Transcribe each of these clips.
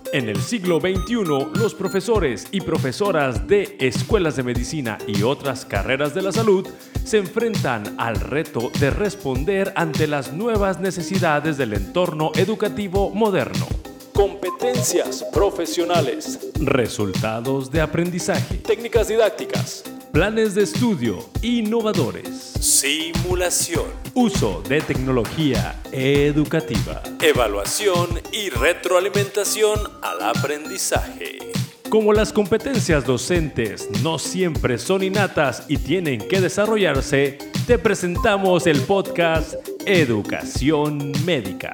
En el siglo XXI, los profesores y profesoras de escuelas de medicina y otras carreras de la salud se enfrentan al reto de responder ante las nuevas necesidades del entorno educativo moderno. Competencias profesionales, resultados de aprendizaje, técnicas didácticas, planes de estudio innovadores, simulación, uso de tecnología educativa, evaluación y retroalimentación al aprendizaje. Como las competencias docentes no siempre son innatas y tienen que desarrollarse, te presentamos el podcast Educación Médica.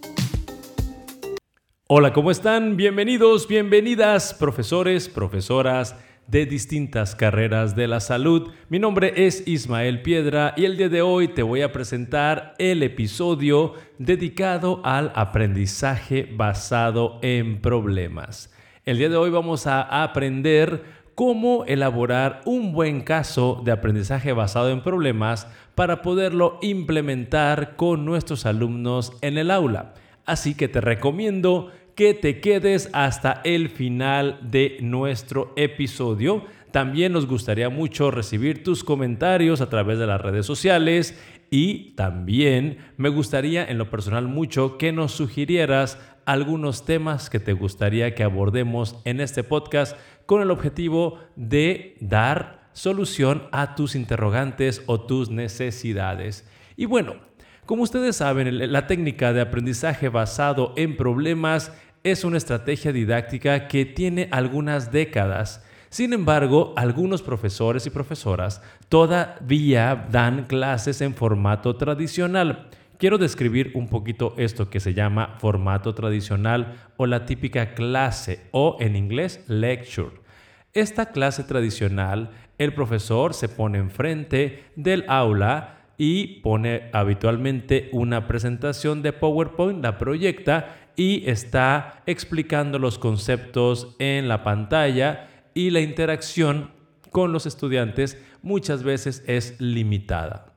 Hola, ¿cómo están? Bienvenidos, bienvenidas, profesores, profesoras de distintas carreras de la salud. Mi nombre es Ismael Piedra y el día de hoy te voy a presentar el episodio dedicado al aprendizaje basado en problemas. El día de hoy vamos a aprender cómo elaborar un buen caso de aprendizaje basado en problemas para poderlo implementar con nuestros alumnos en el aula. Así que te recomiendo que te quedes hasta el final de nuestro episodio. También nos gustaría mucho recibir tus comentarios a través de las redes sociales y también me gustaría en lo personal mucho que nos sugirieras algunos temas que te gustaría que abordemos en este podcast con el objetivo de dar solución a tus interrogantes o tus necesidades. Y bueno, como ustedes saben, la técnica de aprendizaje basado en problemas es una estrategia didáctica que tiene algunas décadas. Sin embargo, algunos profesores y profesoras todavía dan clases en formato tradicional. Quiero describir un poquito esto que se llama formato tradicional o la típica clase o en inglés lecture. Esta clase tradicional, el profesor se pone enfrente del aula y pone habitualmente una presentación de PowerPoint, la proyecta y está explicando los conceptos en la pantalla y la interacción con los estudiantes muchas veces es limitada.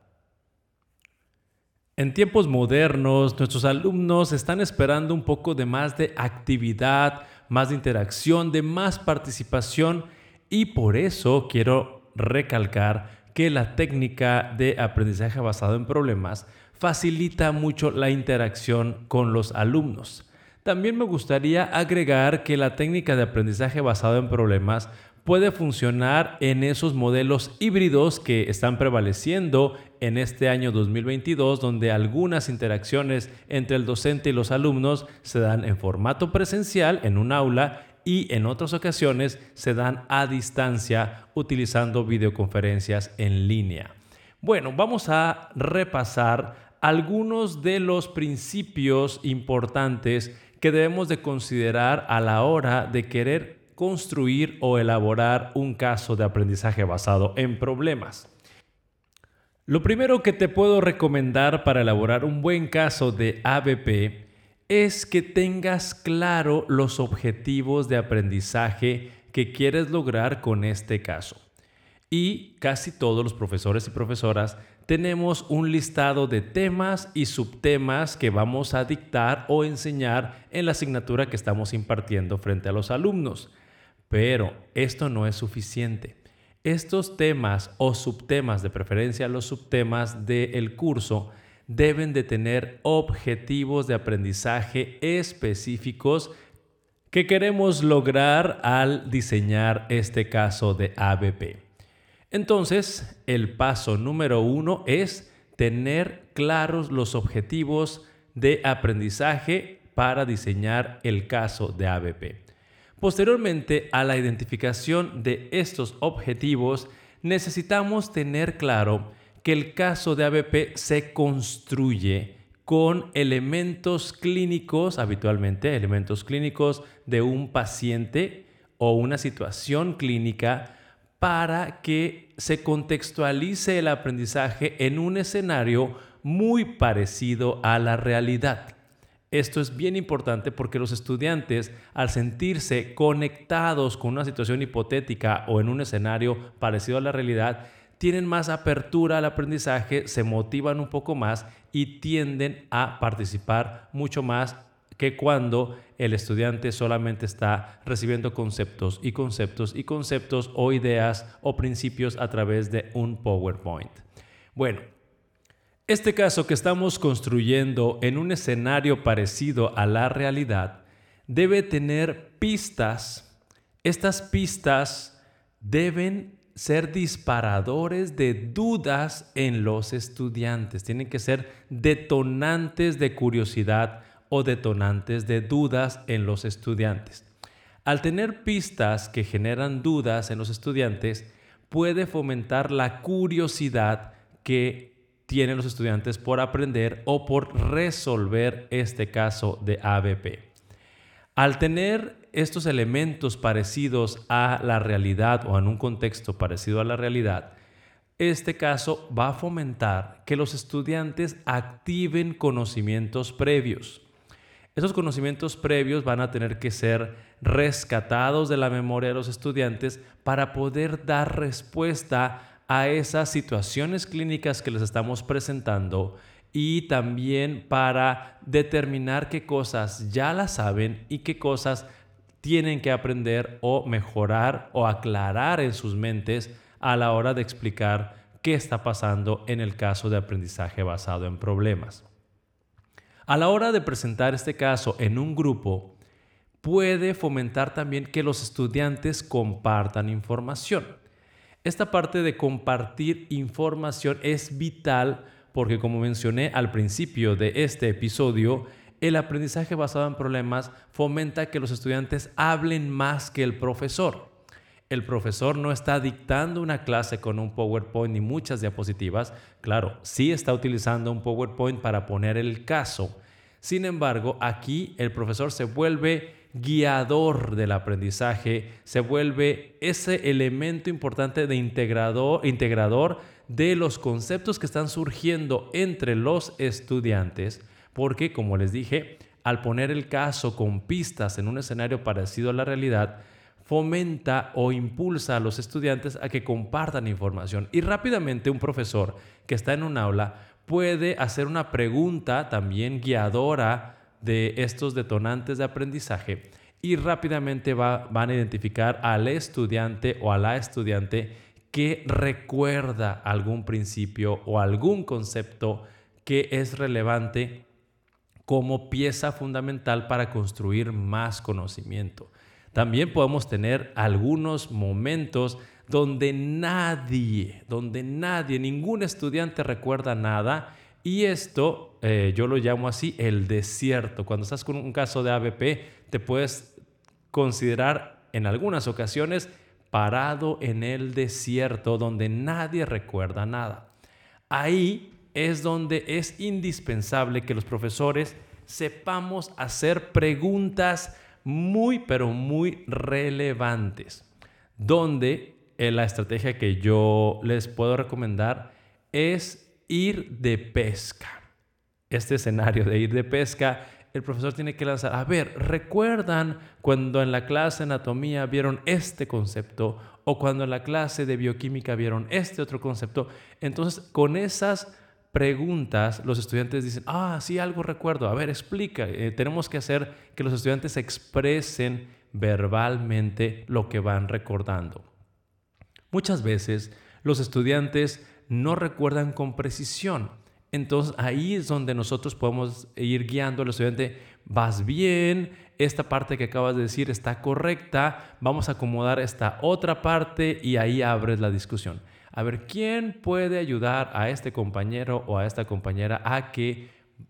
En tiempos modernos, nuestros alumnos están esperando un poco de más de actividad, más de interacción, de más participación y por eso quiero recalcar que la técnica de aprendizaje basado en problemas facilita mucho la interacción con los alumnos. También me gustaría agregar que la técnica de aprendizaje basado en problemas puede funcionar en esos modelos híbridos que están prevaleciendo en este año 2022, donde algunas interacciones entre el docente y los alumnos se dan en formato presencial en un aula y en otras ocasiones se dan a distancia utilizando videoconferencias en línea. Bueno, vamos a repasar algunos de los principios importantes que debemos de considerar a la hora de querer construir o elaborar un caso de aprendizaje basado en problemas. Lo primero que te puedo recomendar para elaborar un buen caso de ABP es que tengas claro los objetivos de aprendizaje que quieres lograr con este caso. Y casi todos los profesores y profesoras tenemos un listado de temas y subtemas que vamos a dictar o enseñar en la asignatura que estamos impartiendo frente a los alumnos. Pero esto no es suficiente. Estos temas o subtemas, de preferencia los subtemas del curso, deben de tener objetivos de aprendizaje específicos que queremos lograr al diseñar este caso de ABP. Entonces, el paso número 1 es tener claros los objetivos de aprendizaje para diseñar el caso de ABP. Posteriormente a la identificación de estos objetivos, necesitamos tener claro que el caso de ABP se construye con elementos clínicos, habitualmente elementos clínicos de un paciente o una situación clínica para que se contextualice el aprendizaje en un escenario muy parecido a la realidad. Esto es bien importante porque los estudiantes, al sentirse conectados con una situación hipotética o en un escenario parecido a la realidad, tienen más apertura al aprendizaje, se motivan un poco más y tienden a participar mucho más que cuando el estudiante solamente está recibiendo conceptos y conceptos y conceptos o ideas o principios a través de un PowerPoint. Bueno, este caso que estamos construyendo en un escenario parecido a la realidad debe tener pistas. Estas pistas deben ser disparadores de dudas en los estudiantes. Tienen que ser detonantes de curiosidad o detonantes de dudas en los estudiantes. Al tener pistas que generan dudas en los estudiantes, puede fomentar la curiosidad que tienen los estudiantes por aprender o por resolver este caso de ABP. Al tener estos elementos parecidos a la realidad o en un contexto parecido a la realidad, este caso va a fomentar que los estudiantes activen conocimientos previos. Esos conocimientos previos van a tener que ser rescatados de la memoria de los estudiantes para poder dar respuesta a esas situaciones clínicas que les estamos presentando y también para determinar qué cosas ya las saben y qué cosas tienen que aprender o mejorar o aclarar en sus mentes a la hora de explicar qué está pasando en el caso de aprendizaje basado en problemas. A la hora de presentar este caso en un grupo, puede fomentar también que los estudiantes compartan información. Esta parte de compartir información es vital porque, como mencioné al principio de este episodio, el aprendizaje basado en problemas fomenta que los estudiantes hablen más que el profesor. El profesor no está dictando una clase con un PowerPoint ni muchas diapositivas. Claro, sí está utilizando un PowerPoint para poner el caso. Sin embargo, aquí el profesor se vuelve guiador del aprendizaje, se vuelve ese elemento importante de integrador de los conceptos que están surgiendo entre los estudiantes, porque, como les dije, al poner el caso con pistas en un escenario parecido a la realidad, fomenta o impulsa a los estudiantes a que compartan información. Y rápidamente un profesor que está en un aula puede hacer una pregunta también guiadora de estos detonantes de aprendizaje y rápidamente van a identificar al estudiante o a la estudiante que recuerda algún principio o algún concepto que es relevante como pieza fundamental para construir más conocimiento. También podemos tener algunos momentos donde nadie, ningún estudiante recuerda nada y esto yo lo llamo así el desierto. Cuando estás con un caso de ABP te puedes considerar en algunas ocasiones parado en el desierto donde nadie recuerda nada. Ahí es donde es indispensable que los profesores sepamos hacer preguntas muy, pero muy relevantes, donde la estrategia que yo les puedo recomendar es ir de pesca. Este escenario de ir de pesca, el profesor tiene que lanzar, a ver, ¿recuerdan cuando en la clase de anatomía vieron este concepto? O cuando en la clase de bioquímica vieron este otro concepto. Entonces, con esas preguntas, los estudiantes dicen, sí, algo recuerdo. A ver, explica. Tenemos que hacer que los estudiantes expresen verbalmente lo que van recordando. Muchas veces los estudiantes no recuerdan con precisión. Entonces ahí es donde nosotros podemos ir guiando al estudiante. Vas bien, esta parte que acabas de decir está correcta, vamos a acomodar esta otra parte y ahí abres la discusión. A ver, ¿quién puede ayudar a este compañero o a esta compañera a que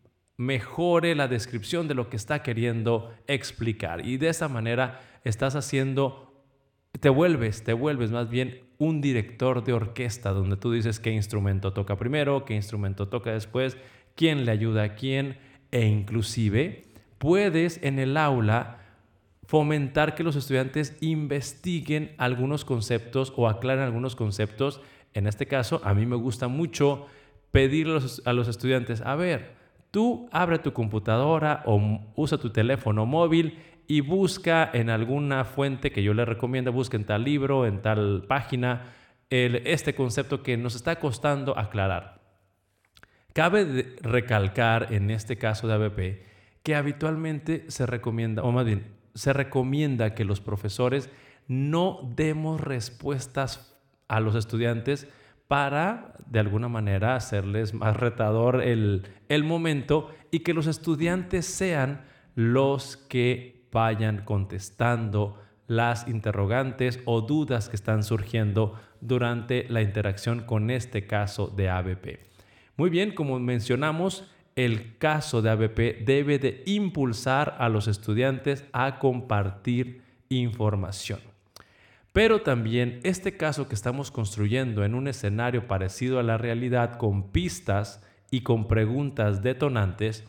mejore la descripción de lo que está queriendo explicar? Y de esa manera estás haciendo, te vuelves más bien un director de orquesta donde tú dices qué instrumento toca primero, qué instrumento toca después, quién le ayuda a quién e inclusive puedes en el aula fomentar que los estudiantes investiguen algunos conceptos o aclaren algunos conceptos. En este caso, a mí me gusta mucho pedirle a los estudiantes, a ver, tú abre tu computadora o usa tu teléfono móvil y busca en alguna fuente que yo les recomiendo, busca en tal libro, en tal página, este concepto que nos está costando aclarar. Cabe recalcar en este caso de ABP que habitualmente se recomienda, o más bien, se recomienda que los profesores no demos respuestas a los estudiantes para, de alguna manera, hacerles más retador el momento y que los estudiantes sean los que vayan contestando las interrogantes o dudas que están surgiendo durante la interacción con este caso de ABP. Muy bien, como mencionamos, el caso de ABP debe de impulsar a los estudiantes a compartir información. Pero también este caso que estamos construyendo en un escenario parecido a la realidad, con pistas y con preguntas detonantes,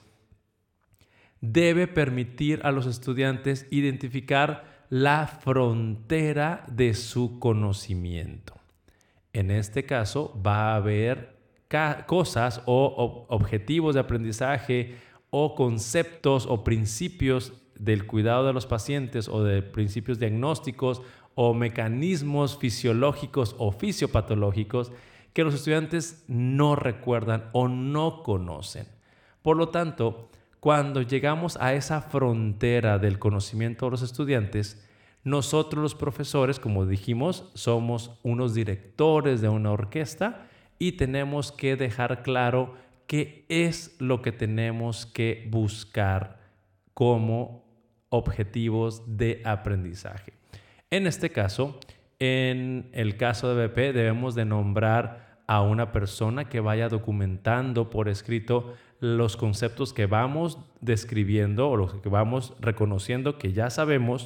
debe permitir a los estudiantes identificar la frontera de su conocimiento. En este caso va a haber cosas o objetivos de aprendizaje o conceptos o principios del cuidado de los pacientes o de principios diagnósticos o mecanismos fisiológicos o fisiopatológicos que los estudiantes no recuerdan o no conocen. Por lo tanto, cuando llegamos a esa frontera del conocimiento de los estudiantes, nosotros los profesores, como dijimos, somos unos directores de una orquesta y tenemos que dejar claro qué es lo que tenemos que buscar como objetivos de aprendizaje. En este caso, en el caso de BP, debemos de nombrar a una persona que vaya documentando por escrito los conceptos que vamos describiendo o los que vamos reconociendo que ya sabemos,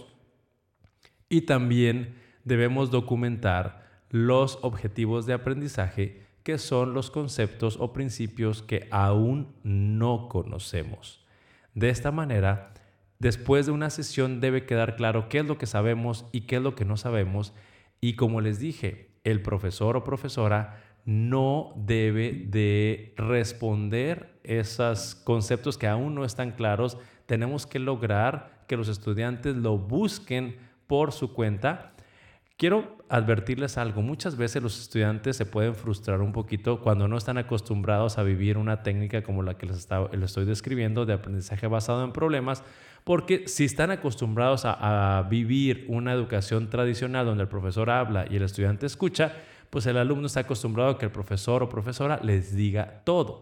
y también debemos documentar los objetivos de aprendizaje, que son los conceptos o principios que aún no conocemos. De esta manera, después de una sesión debe quedar claro qué es lo que sabemos y qué es lo que no sabemos, y como les dije, el profesor o profesora no debe de responder esos conceptos que aún no están claros. Tenemos que lograr que los estudiantes lo busquen por su cuenta. Quiero advertirles algo. Muchas veces los estudiantes se pueden frustrar un poquito cuando no están acostumbrados a vivir una técnica como la que les estoy describiendo de aprendizaje basado en problemas, porque si están acostumbrados a vivir una educación tradicional donde el profesor habla y el estudiante escucha, pues el alumno está acostumbrado a que el profesor o profesora les diga todo.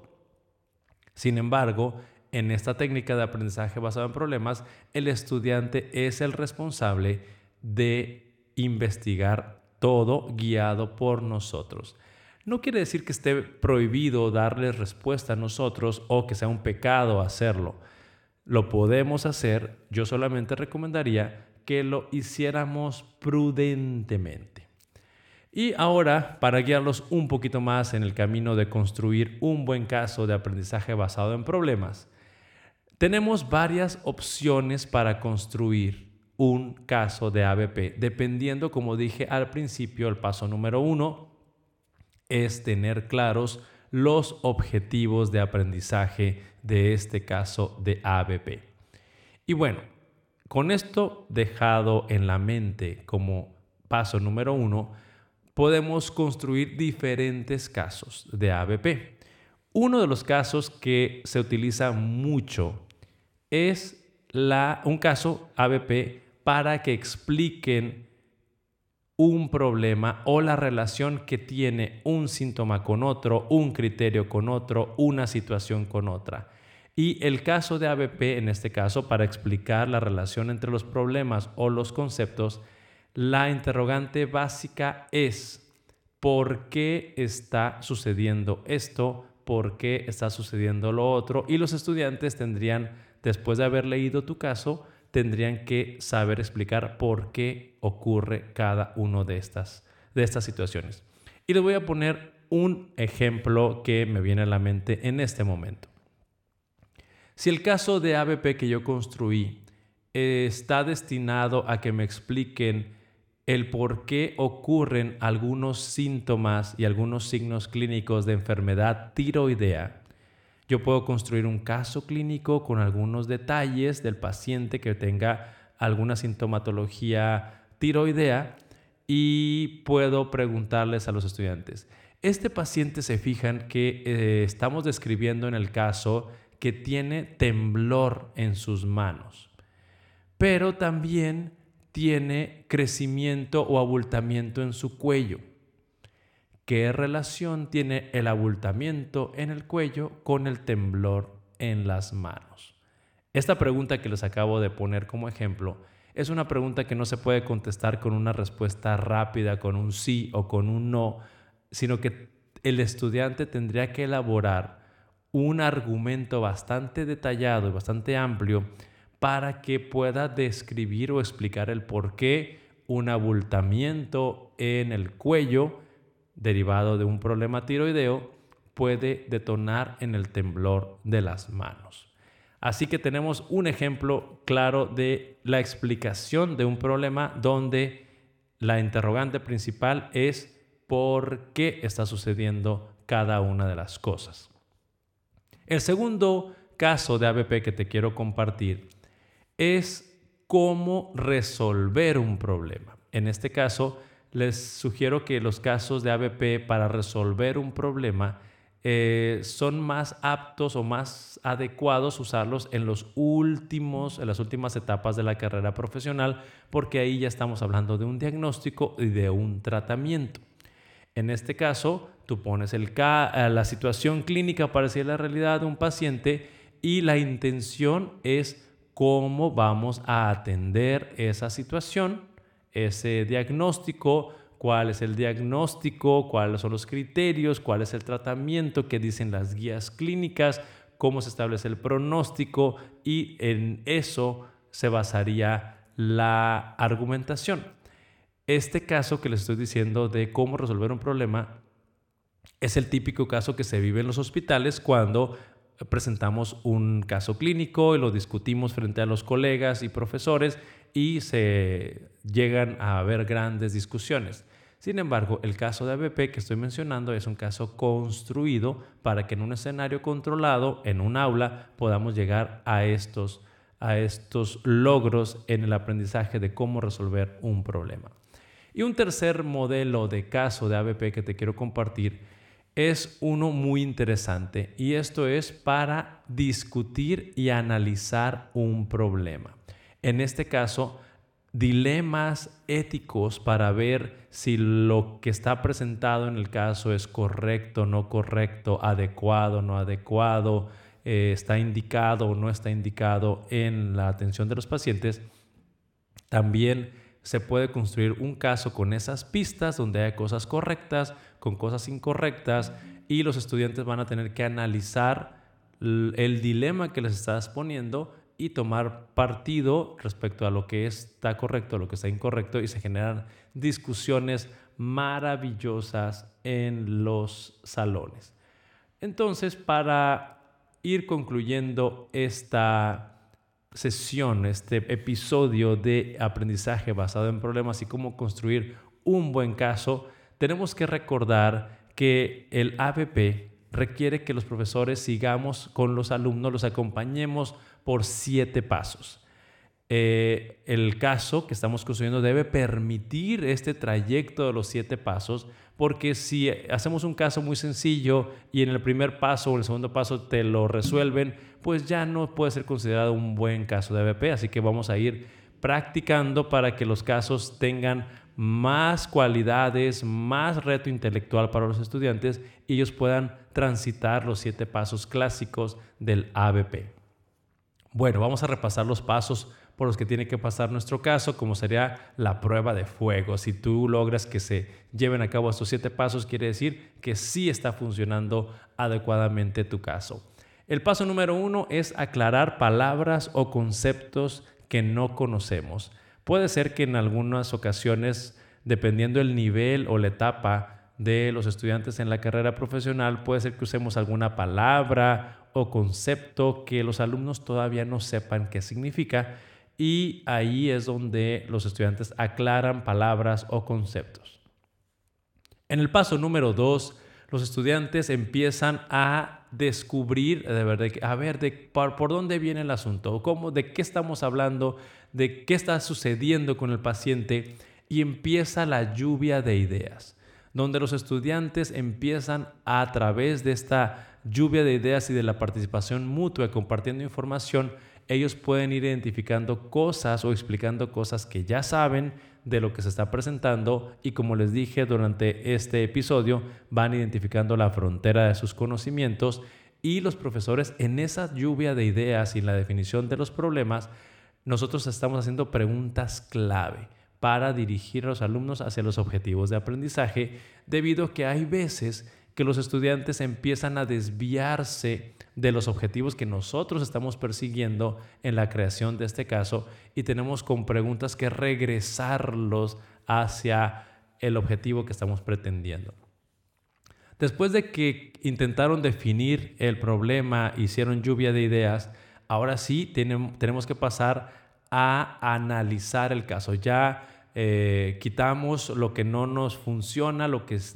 Sin embargo, en esta técnica de aprendizaje basado en problemas, el estudiante es el responsable de investigar todo guiado por nosotros. No quiere decir que esté prohibido darles respuesta a nosotros o que sea un pecado hacerlo. Lo podemos hacer, yo solamente recomendaría que lo hiciéramos prudentemente. Y ahora, para guiarlos un poquito más en el camino de construir un buen caso de aprendizaje basado en problemas, tenemos varias opciones para construir un caso de ABP, dependiendo, como dije al principio, el paso número 1 es tener claros los objetivos de aprendizaje de este caso de ABP. Y bueno, con esto dejado en la mente como paso número 1, podemos construir diferentes casos de ABP. Uno de los casos que se utiliza mucho es un caso ABP para que expliquen un problema o la relación que tiene un síntoma con otro, un criterio con otro, una situación con otra. Y el caso de ABP, en este caso, para explicar la relación entre los problemas o los conceptos, la interrogante básica es: ¿por qué está sucediendo esto? ¿Por qué está sucediendo lo otro? Y los estudiantes tendrían, después de haber leído tu caso, tendrían que saber explicar por qué ocurre cada una de estas situaciones. Y les voy a poner un ejemplo que me viene a la mente en este momento. Si el caso de ABP que yo construí está destinado a que me expliquen el por qué ocurren algunos síntomas y algunos signos clínicos de enfermedad tiroidea, yo puedo construir un caso clínico con algunos detalles del paciente que tenga alguna sintomatología tiroidea y puedo preguntarles a los estudiantes: este paciente, se fijan que estamos describiendo en el caso que tiene temblor en sus manos, pero también tiene crecimiento o abultamiento en su cuello. ¿Qué relación tiene el abultamiento en el cuello con el temblor en las manos? Esta pregunta que les acabo de poner como ejemplo es una pregunta que no se puede contestar con una respuesta rápida, con un sí o con un no, sino que el estudiante tendría que elaborar un argumento bastante detallado y bastante amplio para que pueda describir o explicar el por qué un abultamiento en el cuello derivado de un problema tiroideo puede detonar en el temblor de las manos. Así que tenemos un ejemplo claro de la explicación de un problema donde la interrogante principal es por qué está sucediendo cada una de las cosas. El segundo caso de ABP que te quiero compartir es cómo resolver un problema. En este caso, les sugiero que los casos de ABP para resolver un problema son más aptos o más adecuados usarlos en las últimas etapas de la carrera profesional, porque ahí ya estamos hablando de un diagnóstico y de un tratamiento. En este caso, tú pones la situación clínica para decir la realidad de un paciente y la intención es cómo vamos a atender esa situación, ese diagnóstico, cuál es el diagnóstico, cuáles son los criterios, cuál es el tratamiento que dicen las guías clínicas, cómo se establece el pronóstico y en eso se basaría la argumentación. Este caso que les estoy diciendo de cómo resolver un problema es el típico caso que se vive en los hospitales cuando presentamos un caso clínico y lo discutimos frente a los colegas y profesores y se llegan a haber grandes discusiones. Sin embargo, el caso de ABP que estoy mencionando es un caso construido para que en un escenario controlado, en un aula, podamos llegar a estos logros en el aprendizaje de cómo resolver un problema. Y un tercer modelo de caso de ABP que te quiero compartir es uno muy interesante y esto es para discutir y analizar un problema. En este caso, dilemas éticos para ver si lo que está presentado en el caso es correcto, no correcto, adecuado, no adecuado, está indicado o no está indicado en la atención de los pacientes. También se puede construir un caso con esas pistas donde hay cosas correctas, con cosas incorrectas y los estudiantes van a tener que analizar el dilema que les estás poniendo y tomar partido respecto a lo que está correcto, a lo que está incorrecto y se generan discusiones maravillosas en los salones. Entonces, para ir concluyendo esta sesión, este episodio de aprendizaje basado en problemas y cómo construir un buen caso, tenemos que recordar que el ABP requiere que los profesores sigamos con los alumnos, los acompañemos por 7 pasos. El caso que estamos construyendo debe permitir este trayecto de los 7 pasos, porque si hacemos un caso muy sencillo y en el primer paso o el segundo paso te lo resuelven, pues ya no puede ser considerado un buen caso de ABP. Así que vamos a ir practicando para que los casos tengan más cualidades, más reto intelectual para los estudiantes y ellos puedan transitar los 7 pasos clásicos del ABP. Bueno, vamos a repasar los pasos por los que tiene que pasar nuestro caso, como sería la prueba de fuego. Si tú logras que se lleven a cabo estos 7 pasos, quiere decir que sí está funcionando adecuadamente tu caso. El paso número 1 es aclarar palabras o conceptos que no conocemos. Puede ser que en algunas ocasiones, dependiendo del nivel o la etapa de los estudiantes en la carrera profesional, puede ser que usemos alguna palabra o concepto que los alumnos todavía no sepan qué significa y ahí es donde los estudiantes aclaran palabras o conceptos. En el paso número 2, los estudiantes empiezan a descubrir, por dónde viene el asunto, de qué estamos hablando, de qué está sucediendo con el paciente y empieza la lluvia de ideas, donde los estudiantes empiezan a través de esta lluvia de ideas y de la participación mutua, compartiendo información, ellos pueden ir identificando cosas o explicando cosas que ya saben de lo que se está presentando y, como les dije durante este episodio, van identificando la frontera de sus conocimientos, y los profesores, en esa lluvia de ideas y la definición de los problemas, nosotros estamos haciendo preguntas clave para dirigir a los alumnos hacia los objetivos de aprendizaje, debido a que hay veces que los estudiantes empiezan a desviarse de los objetivos que nosotros estamos persiguiendo en la creación de este caso, y tenemos con preguntas que regresarlos hacia el objetivo que estamos pretendiendo. Después de que intentaron definir el problema, hicieron lluvia de ideas, ahora sí tenemos que pasar a analizar el caso. Ya quitamos lo que no nos funciona, lo que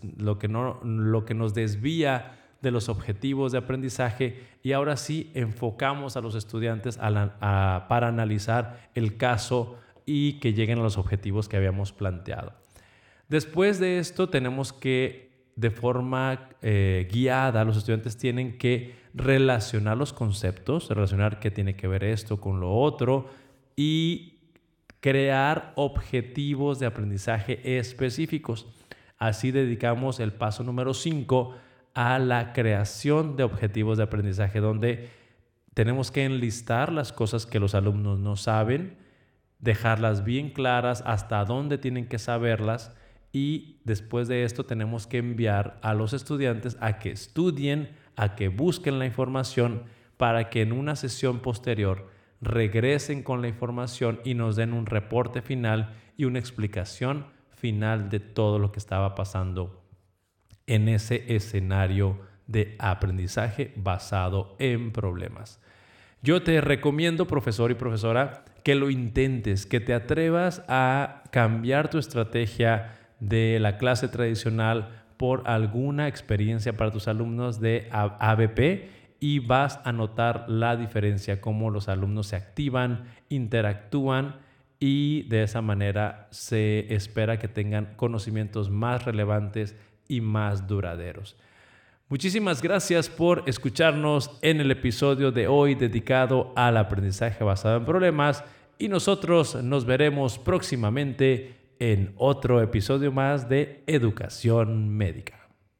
nos desvía de los objetivos de aprendizaje, y ahora sí enfocamos a los estudiantes para analizar el caso y que lleguen a los objetivos que habíamos planteado. Después de esto tenemos que, de forma guiada, los estudiantes tienen que relacionar los conceptos, relacionar qué tiene que ver esto con lo otro, y crear objetivos de aprendizaje específicos. Así dedicamos el paso número 5 a la creación de objetivos de aprendizaje, donde tenemos que enlistar las cosas que los alumnos no saben, dejarlas bien claras hasta dónde tienen que saberlas, y después de esto tenemos que enviar a los estudiantes a que estudien, a que busquen la información, para que en una sesión posterior regresen con la información y nos den un reporte final y una explicación final de todo lo que estaba pasando en ese escenario de aprendizaje basado en problemas. Yo te recomiendo, profesor y profesora, que lo intentes, que te atrevas a cambiar tu estrategia de la clase tradicional por alguna experiencia para tus alumnos de ABP, y vas a notar la diferencia, cómo los alumnos se activan, interactúan, y de esa manera se espera que tengan conocimientos más relevantes y más duraderos. Muchísimas gracias por escucharnos en el episodio de hoy dedicado al aprendizaje basado en problemas, y nosotros nos veremos próximamente en otro episodio más de Educación Médica.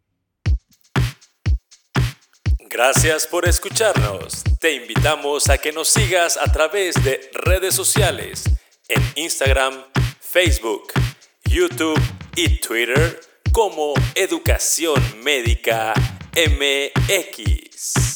Gracias por escucharnos. Te invitamos a que nos sigas a través de redes sociales en Instagram, Facebook, YouTube y Twitter como Educación Médica MX.